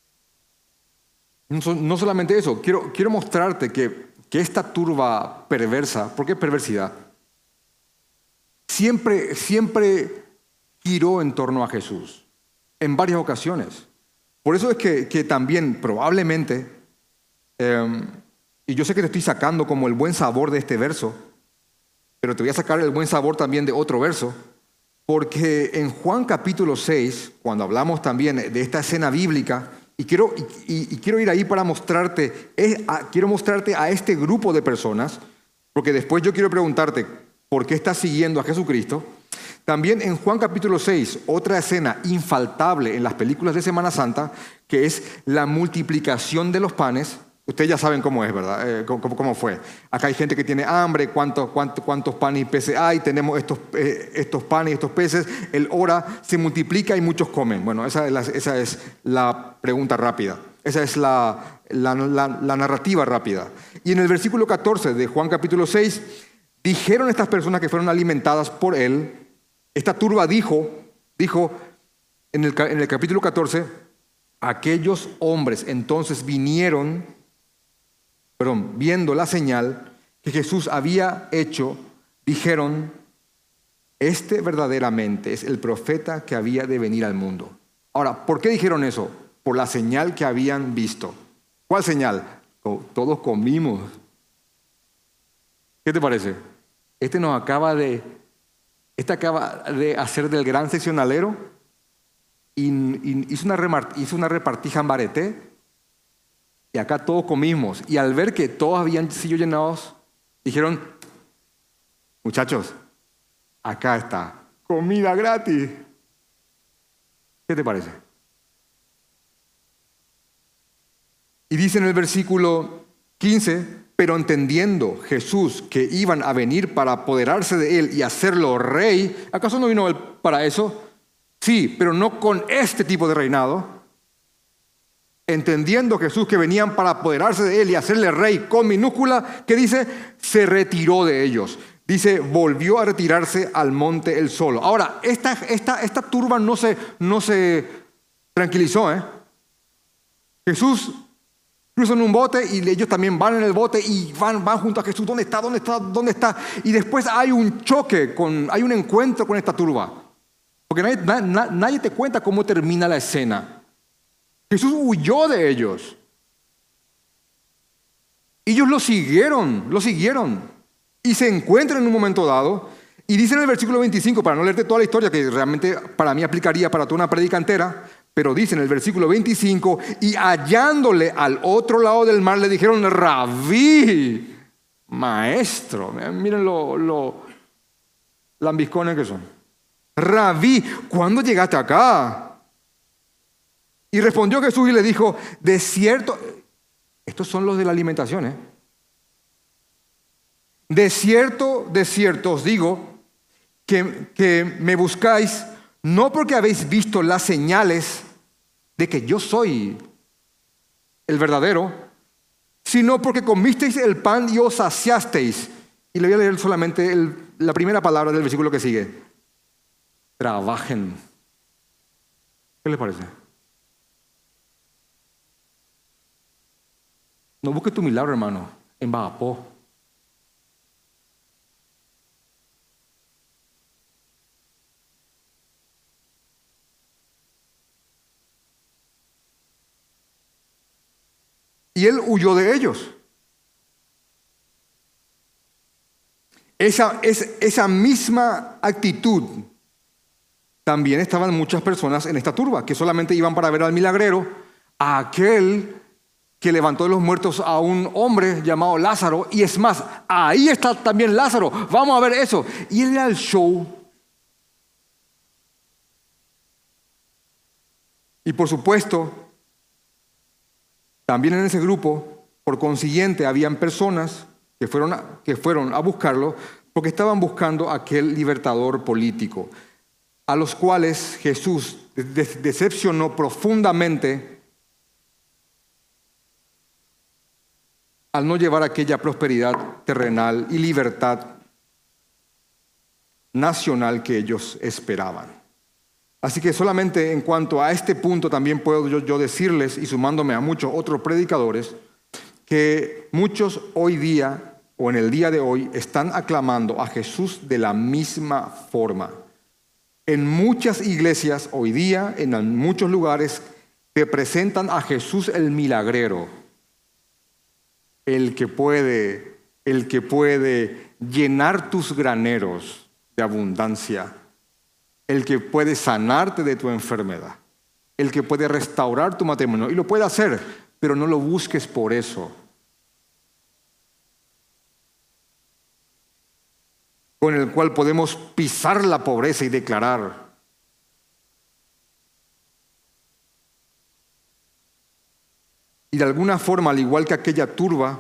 No, no solamente eso, quiero, quiero mostrarte que, que esta turba perversa, ¿por qué perversidad? Siempre, siempre giró en torno a Jesús, en varias ocasiones. Por eso es que, que también probablemente, eh, y yo sé que te estoy sacando como el buen sabor de este verso, pero te voy a sacar el buen sabor también de otro verso, porque en Juan capítulo seis, cuando hablamos también de esta escena bíblica, y quiero, y, y quiero ir ahí para mostrarte, es, a, quiero mostrarte a este grupo de personas, porque después yo quiero preguntarte, ¿por qué estás siguiendo a Jesucristo? También en Juan capítulo seis, otra escena infaltable en las películas de Semana Santa, que es la multiplicación de los panes. Ustedes ya saben cómo es, ¿verdad? Eh, cómo, cómo fue. Acá hay gente que tiene hambre, cuántos, cuántos, cuántos panes y peces hay, tenemos estos, eh, estos panes y estos peces, el hora se multiplica y muchos comen. Bueno, esa es la, esa es la pregunta rápida, esa es la, la, la, la narrativa rápida. Y en el versículo catorce de Juan capítulo seis, dijeron estas personas que fueron alimentadas por él, esta turba dijo, dijo en el, en el capítulo catorce, Aquellos hombres entonces vinieron, perdón, viendo la señal que Jesús había hecho, dijeron: este verdaderamente es el profeta que había de venir al mundo. Ahora, ¿por qué dijeron eso? Por la señal que habían visto. ¿Cuál señal? Todos comimos. ¿Qué te parece? Este nos acaba de, este acaba de hacer del gran seccionalero y, y hizo, una remar, hizo una repartija en Bareté y acá todos comimos. Y al ver que todos habían sido llenados, dijeron: muchachos, acá está, comida gratis. ¿Qué te parece? Y dice en el versículo quince: pero entendiendo Jesús que iban a venir para apoderarse de él y hacerlo rey, ¿acaso no vino él para eso? Sí, pero no con este tipo de reinado. Entendiendo Jesús que venían para apoderarse de él y hacerle rey con minúscula, ¿qué dice? Se retiró de ellos. Dice, volvió a retirarse al monte él solo. Ahora, esta, esta, esta turba no se, no se tranquilizó, ¿eh? Jesús cruza en un bote y ellos también van en el bote y van, van junto a Jesús. ¿Dónde está? ¿Dónde está? ¿Dónde está? Y después hay un choque, con, hay un encuentro con esta turba. Porque nadie, na, nadie te cuenta cómo termina la escena. Jesús huyó de ellos. Ellos lo siguieron, lo siguieron. Y se encuentran en un momento dado. Y dice en el versículo veinticinco, para no leerte toda la historia, que realmente para mí aplicaría para toda una prédica entera, pero dice en el versículo veinticinco, y hallándole al otro lado del mar, le dijeron: Rabí, maestro. Miren lo, lo lambiscones que son. Rabí, ¿cuándo llegaste acá? Y respondió Jesús y le dijo: de cierto, estos son los de la alimentación, ¿eh? De cierto, de cierto os digo que, que me buscáis no porque habéis visto las señales de que yo soy el verdadero, sino porque comisteis el pan y os saciasteis. Y le voy a leer solamente el, la primera palabra del versículo que sigue. Trabajen. ¿Qué les parece? No busques tu milagro, hermano, en Bagapó. Y él huyó de ellos. Esa, es, esa misma actitud también estaban muchas personas en esta turba, que solamente iban para ver al milagrero, a aquel que levantó de los muertos a un hombre llamado Lázaro. Y es más, ahí está también Lázaro, vamos a ver eso. Y él era el show. Y por supuesto, también en ese grupo, por consiguiente, habían personas que fueron a, que fueron a buscarlo porque estaban buscando a aquel libertador político, a los cuales Jesús decepcionó profundamente al no llevar aquella prosperidad terrenal y libertad nacional que ellos esperaban. Así que solamente en cuanto a este punto también puedo yo, yo decirles, y sumándome a muchos otros predicadores, que muchos hoy día o en el día de hoy están aclamando a Jesús de la misma forma. En muchas iglesias hoy día, en muchos lugares, te presentan a Jesús el milagrero, el que puede, el que puede llenar tus graneros de abundancia, el que puede sanarte de tu enfermedad, el que puede restaurar tu matrimonio. Y lo puede hacer, pero no lo busques por eso. Con el cual podemos pisar la pobreza y declarar: y de alguna forma, al igual que aquella turba,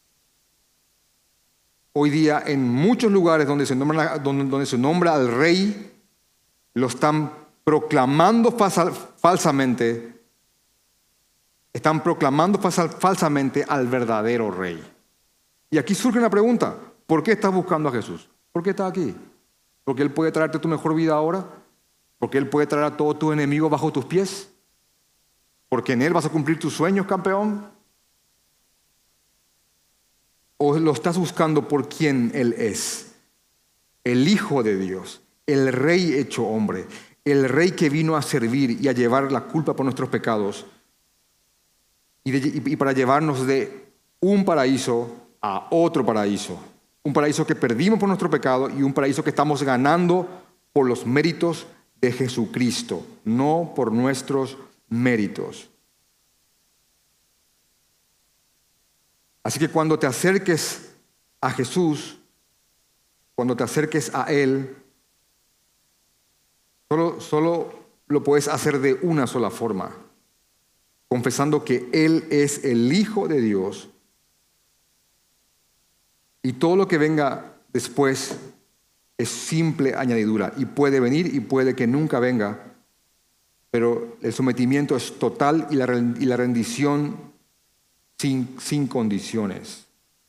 hoy día en muchos lugares donde se nombra, donde, donde se nombra al rey, lo están proclamando falsa, falsamente, están proclamando falsa, falsamente al verdadero rey. Y aquí surge una pregunta: ¿por qué estás buscando a Jesús? ¿Por qué estás aquí? ¿Porque Él puede traerte tu mejor vida ahora? ¿Porque Él puede traer a todos tus enemigos bajo tus pies? porque en Él vas a cumplir tus sueños, campeón? ¿O lo estás buscando por quien Él es? El Hijo de Dios, el Rey hecho hombre, el Rey que vino a servir y a llevar la culpa por nuestros pecados y, de, y para llevarnos de un paraíso a otro paraíso. Un paraíso que perdimos por nuestro pecado y un paraíso que estamos ganando por los méritos de Jesucristo, no por nuestros méritos. Así que cuando te acerques a Jesús, cuando te acerques a Él, solo, solo lo puedes hacer de una sola forma, confesando que Él es el Hijo de Dios y todo lo que venga después es simple añadidura y puede venir y puede que nunca venga, pero el sometimiento es total y la, y la rendición Sin, sin condiciones.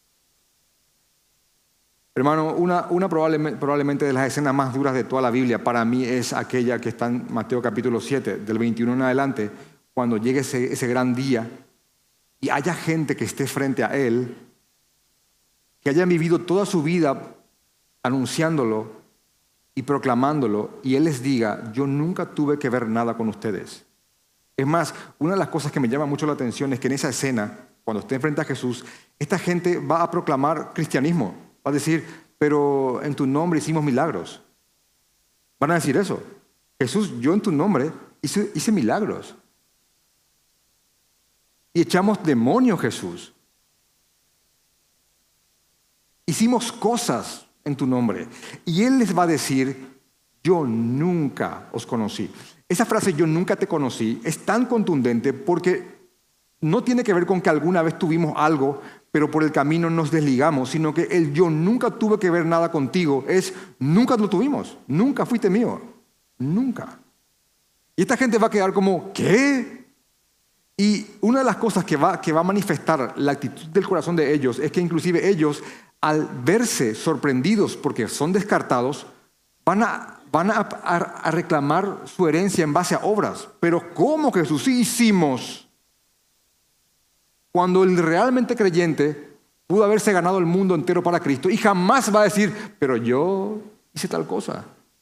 Hermano, una, una probablemente, probablemente de las escenas más duras de toda la Biblia para mí es aquella que está en Mateo capítulo siete, del veintiuno en adelante, cuando llegue ese, ese gran día y haya gente que esté frente a Él, que hayan vivido toda su vida anunciándolo y proclamándolo, y Él les diga: yo nunca tuve que ver nada con ustedes. Es más, una de las cosas que me llama mucho la atención es que en esa escena, cuando esté frente a Jesús, esta gente va a proclamar cristianismo. Va a decir: pero en tu nombre hicimos milagros. Van a decir eso. Jesús, yo en tu nombre hice, hice milagros. Y echamos demonios, Jesús. Hicimos cosas en tu nombre. Y Él les va a decir: yo nunca os conocí. Esa frase, yo nunca te conocí, es tan contundente porque no tiene que ver con que alguna vez tuvimos algo, pero por el camino nos desligamos, sino que el yo nunca tuve que ver nada contigo es nunca lo tuvimos, nunca fuiste mío, nunca. Y esta gente va a quedar como, ¿qué? Y una de las cosas que va, que va a manifestar la actitud del corazón de ellos es que inclusive ellos, al verse sorprendidos porque son descartados, van a... Van a, a, a reclamar su herencia en base a obras. Pero ¿cómo, Jesús? Sí hicimos. Cuando el realmente creyente pudo haberse ganado el mundo entero para Cristo y jamás va a decir: pero yo hice tal cosa.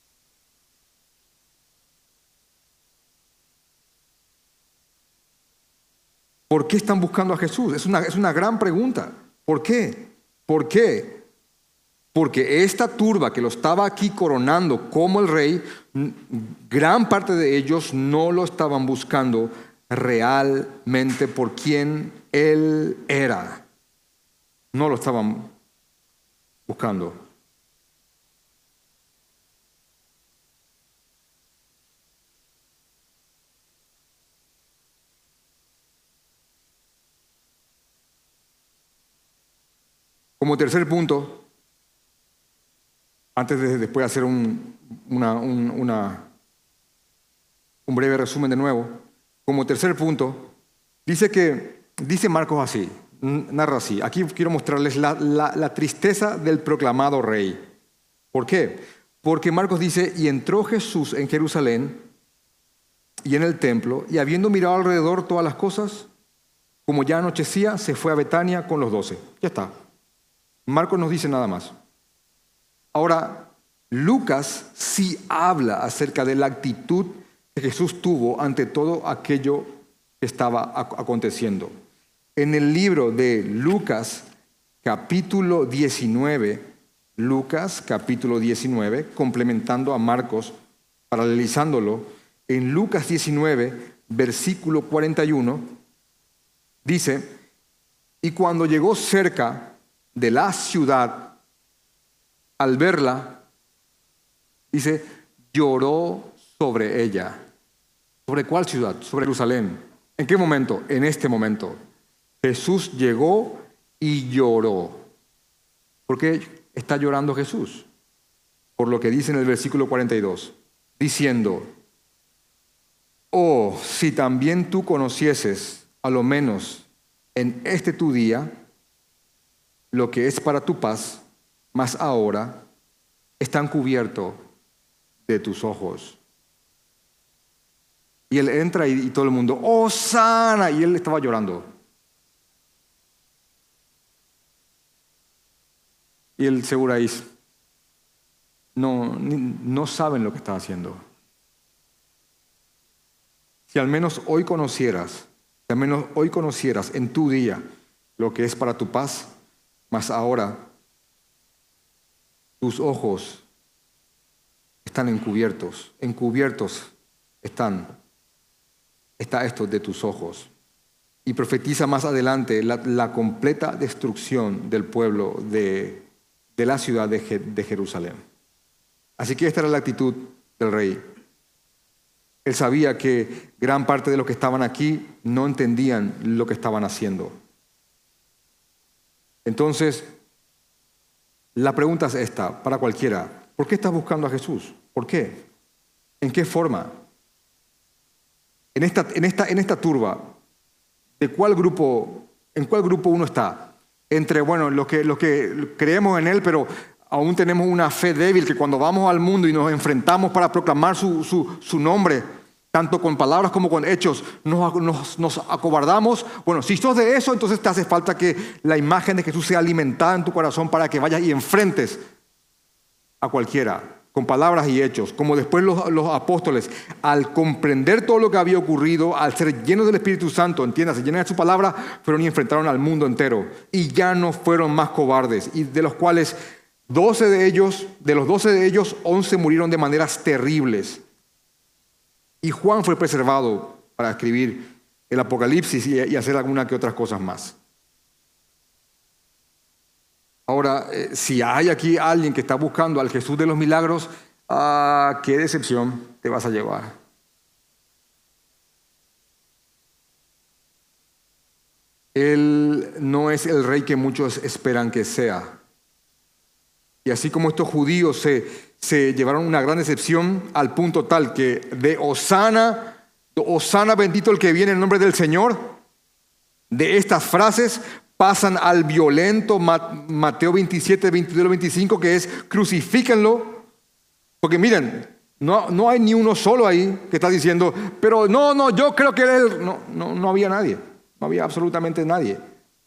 ¿Por qué están buscando a Jesús? Es una, es una gran pregunta. ¿Por qué? ¿Por qué? Porque esta turba que lo estaba aquí coronando como el rey, gran parte de ellos no lo estaban buscando realmente por quien él era. No lo estaban buscando. Como tercer punto, antes de después hacer un, una, un, una, un breve resumen de nuevo, como tercer punto, dice que, dice Marcos así, narra así. Aquí quiero mostrarles la, la, la tristeza del proclamado rey. ¿Por qué? Porque Marcos dice: y entró Jesús en Jerusalén y en el templo, y habiendo mirado alrededor todas las cosas, como ya anochecía, se fue a Betania con los doce. Ya está. Marcos no dice nada más. Ahora, Lucas sí habla acerca de la actitud que Jesús tuvo ante todo aquello que estaba aconteciendo. En el libro de Lucas, capítulo diecinueve, Lucas, capítulo diecinueve, complementando a Marcos, paralelizándolo, en Lucas diecinueve, versículo cuarenta y uno, dice: y cuando llegó cerca de la ciudad, al verla, dice, lloró sobre ella. ¿Sobre cuál ciudad? Sobre Jerusalén. ¿En qué momento? En este momento. Jesús llegó y lloró. ¿Por qué está llorando Jesús? Por lo que dice en el versículo cuarenta y dos, diciendo: oh, si también tú conocieses, a lo menos en este tu día, lo que es para tu paz, mas ahora están cubiertos de tus ojos. Y él entra y, y todo el mundo, ¡Hosana! Y él estaba llorando. Y el Seburáis, no, ni- no saben lo que está haciendo. Si al menos hoy conocieras, si al menos hoy conocieras en tu día lo que es para tu paz, mas ahora tus ojos están encubiertos, encubiertos están, está esto de tus ojos. Y profetiza más adelante la, la completa destrucción del pueblo de, de la ciudad de, Je- de Jerusalén. Así que esta era la actitud del rey. Él sabía que gran parte de los que estaban aquí no entendían lo que estaban haciendo. Entonces, la pregunta es esta, para cualquiera. ¿Por qué estás buscando a Jesús? ¿Por qué? ¿En qué forma? En esta, en esta, en esta turba, ¿de cuál grupo, en cuál grupo uno está? Entre, bueno, los que, los que creemos en Él, pero aún tenemos una fe débil que cuando vamos al mundo y nos enfrentamos para proclamar su, su, su nombre, tanto con palabras como con hechos, nos, nos, nos acobardamos. Bueno, si sos de eso, entonces te hace falta que la imagen de Jesús sea alimentada en tu corazón para que vayas y enfrentes a cualquiera, con palabras y hechos, como después los, los apóstoles, al comprender todo lo que había ocurrido, al ser llenos del Espíritu Santo, entiéndase, llenos de su palabra, fueron y enfrentaron al mundo entero, y ya no fueron más cobardes, y de los cuales doce de ellos, de los doce de ellos, once murieron de maneras terribles. Y Juan fue preservado para escribir el Apocalipsis y, y hacer alguna que otras cosas más. Ahora, eh, si hay aquí alguien que está buscando al Jesús de los milagros, ah, qué decepción te vas a llevar. Él no es el rey que muchos esperan que sea. Y así como estos judíos se, se llevaron una gran decepción al punto tal que de Hosana, Hosana bendito el que viene en nombre del Señor, de estas frases pasan al violento Mateo veintisiete, veintidós, veinticinco, que es crucifíquenlo. Porque miren, no, no hay ni uno solo ahí que está diciendo, pero no, no, yo creo que él, no, no, no había nadie, no había absolutamente nadie.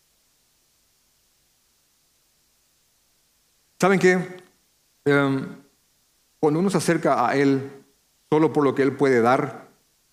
¿Saben qué? Um, cuando uno se acerca a Él solo por lo que Él puede dar,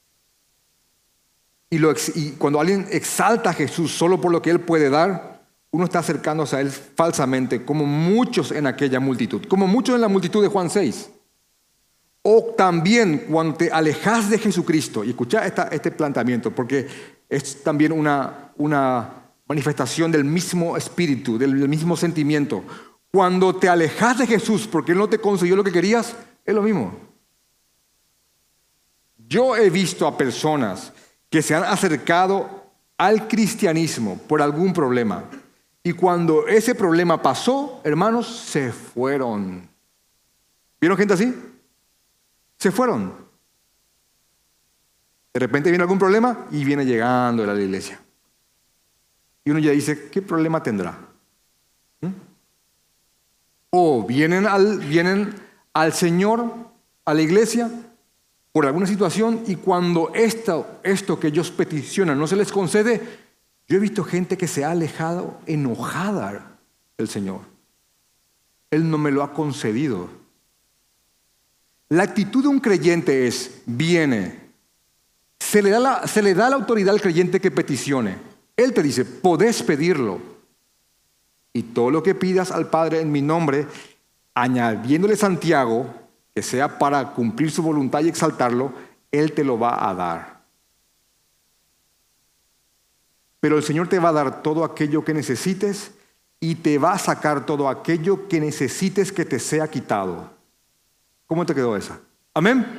y, lo ex, y cuando alguien exalta a Jesús solo por lo que Él puede dar, uno está acercándose a Él falsamente, como muchos en aquella multitud, como muchos en la multitud de Juan seis. O también cuando te alejas de Jesucristo, y escucha esta, este planteamiento, porque es también una, una manifestación del mismo espíritu, del, del mismo sentimiento. Cuando te alejas de Jesús porque Él no te concedió lo que querías, es lo mismo. Yo he visto a personas que se han acercado al cristianismo por algún problema. Y cuando ese problema pasó, hermanos, se fueron. ¿Vieron gente así? Se fueron. De repente viene algún problema y viene llegando a la iglesia. Y uno ya dice, ¿qué problema tendrá? ¿Mm? O vienen al, vienen al Señor, a la iglesia, por alguna situación, y cuando esto, esto que ellos peticionan no se les concede, yo he visto gente que se ha alejado enojada del Señor. Él no me lo ha concedido. La actitud de un creyente es, viene, se le da la, se le da la autoridad al creyente que peticione. Él te dice, podés pedirlo. Y todo lo que pidas al Padre en mi nombre, añadiéndole Santiago, que sea para cumplir su voluntad y exaltarlo, Él te lo va a dar. Pero el Señor te va a dar todo aquello que necesites y te va a sacar todo aquello que necesites que te sea quitado. ¿Cómo te quedó esa? ¿Amén?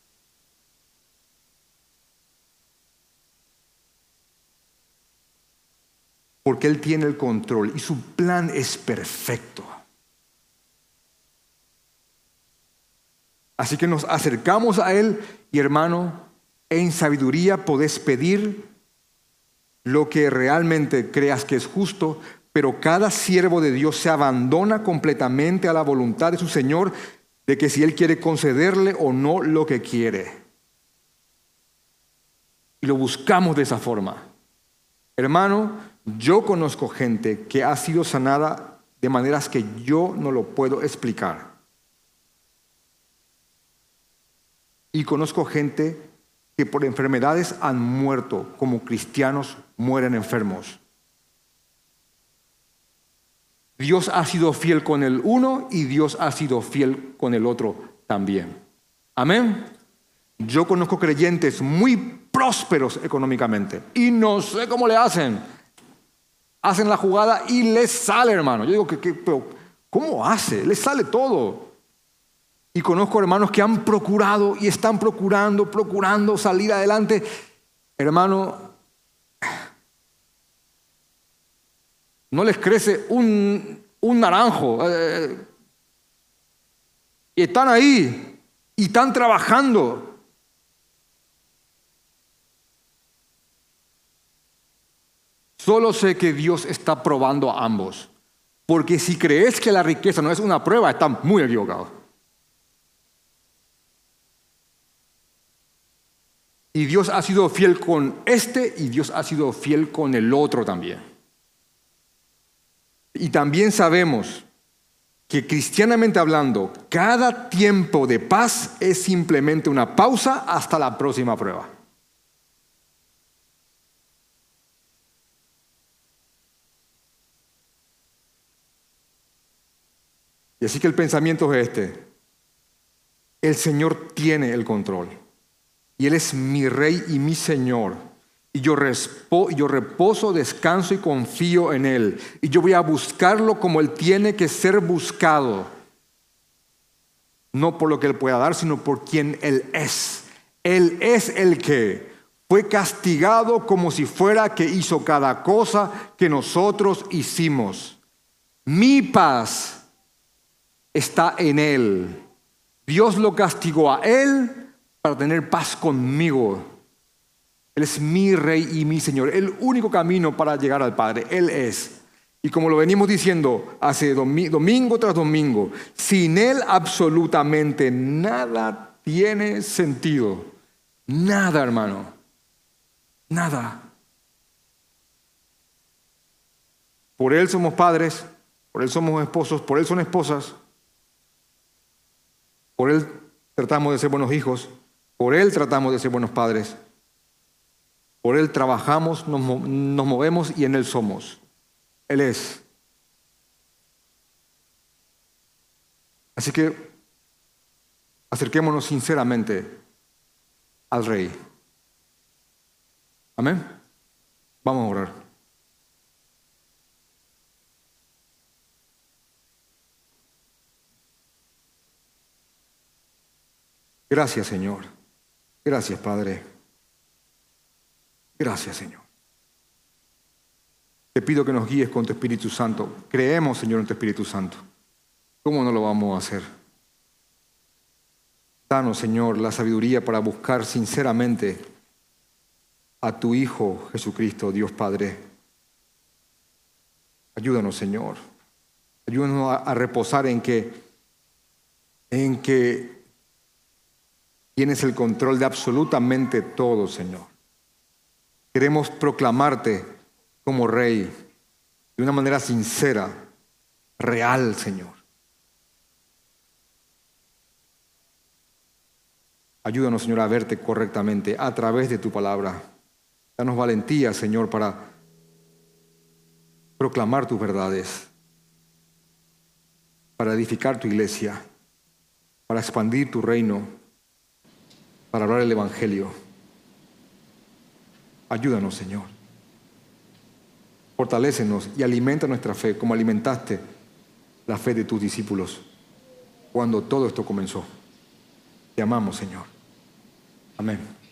Porque Él tiene el control y su plan es perfecto. Así que nos acercamos a Él y, hermano, en sabiduría podés pedir lo que realmente creas que es justo, pero cada siervo de Dios se abandona completamente a la voluntad de su Señor, de que si Él quiere concederle o no lo que quiere. y lo buscamos de esa forma. Hermano, yo conozco gente que ha sido sanada de maneras que yo no lo puedo explicar. Y conozco gente que por enfermedades han muerto, como cristianos mueren enfermos. Dios ha sido fiel con el uno y Dios ha sido fiel con el otro también. Amén. Yo conozco creyentes muy prósperos económicamente y no sé cómo le hacen. Hacen la jugada y les sale, hermano. Yo digo, que, que, pero ¿cómo hace? Les sale todo. Y conozco hermanos que han procurado y están procurando, procurando salir adelante. Hermano, no les crece un, un naranjo. Eh, y están ahí y están trabajando. Solo sé que Dios está probando a ambos. Porque si crees que la riqueza no es una prueba, están muy equivocados. Y Dios ha sido fiel con este y Dios ha sido fiel con el otro también. Y también sabemos que cristianamente hablando, cada tiempo de paz es simplemente una pausa hasta la próxima prueba. Y así que el pensamiento es este: el Señor tiene el control y Él es mi Rey y mi Señor, y yo, respo, yo reposo, descanso y confío en Él, y yo voy a buscarlo como Él tiene que ser buscado, no por lo que Él pueda dar, sino por quien Él es. Él es el que fue castigado como si fuera que hizo cada cosa que nosotros hicimos. Mi paz está en Él. Dios lo castigó a Él para tener paz conmigo. Él es mi Rey y mi Señor. El único camino para llegar al Padre, Él es. Y como lo venimos diciendo hace domingo tras domingo, sin Él absolutamente nada tiene sentido. Nada, hermano. Nada. Por Él somos padres, por Él somos esposos, por Él son esposas. Por Él tratamos de ser buenos hijos, por Él tratamos de ser buenos padres, por Él trabajamos, nos, nos movemos y en Él somos. Él es. Así que acerquémonos sinceramente al Rey. Amén. Vamos a orar. Gracias, Señor. Gracias, Padre. Gracias, Señor. Te pido que nos guíes con tu Espíritu Santo. Creemos, Señor, en tu Espíritu Santo. ¿Cómo no lo vamos a hacer? Danos, Señor, la sabiduría para buscar sinceramente a tu Hijo Jesucristo, Dios Padre. Ayúdanos, Señor. Ayúdanos a, a reposar en que, en que tienes el control de absolutamente todo, Señor. Queremos proclamarte como Rey de una manera sincera, real, Señor. Ayúdanos, Señor, a verte correctamente a través de tu palabra. Danos valentía, Señor, para proclamar tus verdades, para edificar tu iglesia, para expandir tu reino, para hablar el Evangelio. Ayúdanos, Señor. Fortalécenos y alimenta nuestra fe como alimentaste la fe de tus discípulos cuando todo esto comenzó. Te amamos, Señor. Amén.